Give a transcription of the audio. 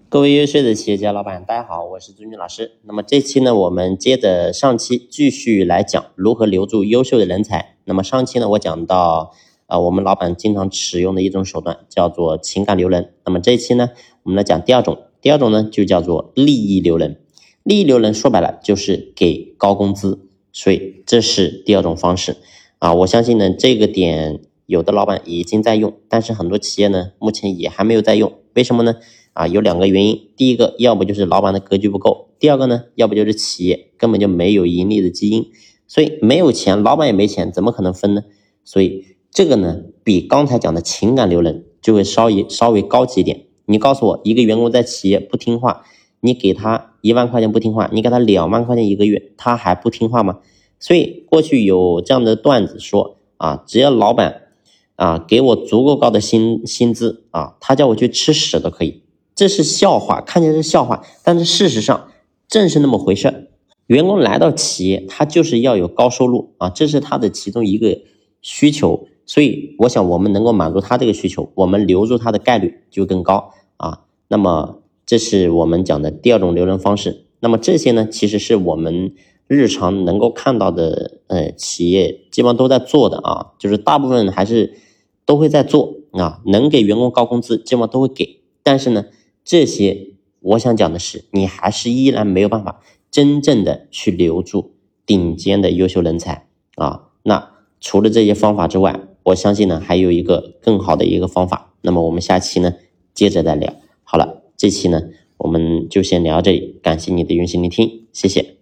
各位优秀的企业家老板，大家好，我是朱军老师。那么这期呢，我们接着上期继续来讲如何留住优秀的人才。那么上期呢，我讲到我们老板经常使用的一种手段叫做情感留人。那么这一期呢，我们来讲第二种呢就叫做利益留人。利益留人说白了就是给高工资，所以这是第二种方式我相信呢这个点有的老板已经在用，但是很多企业呢目前也还没有在用。为什么呢？有两个原因，第一个要不就是老板的格局不够，第二个呢要不就是企业根本就没有盈利的基因，所以没有钱，老板也没钱，怎么可能分呢？所以这个呢比刚才讲的情感留人就会稍微高级一点。你告诉我一个员工在企业不听话，你给他1万块钱不听话，你给他2万块钱一个月，他还不听话吗？所以过去有这样的段子说只要老板给我足够高的薪资他叫我去吃屎都可以。这是笑话，看起来是笑话，但是事实上正是那么回事。员工来到企业，他就是要有高收入这是他的其中一个需求，所以我想我们能够满足他这个需求，我们留住他的概率就更高那么这是我们讲的第二种留人方式。那么这些呢，其实是我们日常能够看到的企业基本上都在做的就是大部分还是都会在做能给员工高工资基本上都会给，但是呢这些我想讲的是，你还是依然没有办法真正的去留住顶尖的优秀人才那除了这些方法之外，我相信呢还有一个更好的一个方法。那么我们下期呢接着再聊。好了，这期呢我们就先聊到这里，感谢你的用心聆听，谢谢。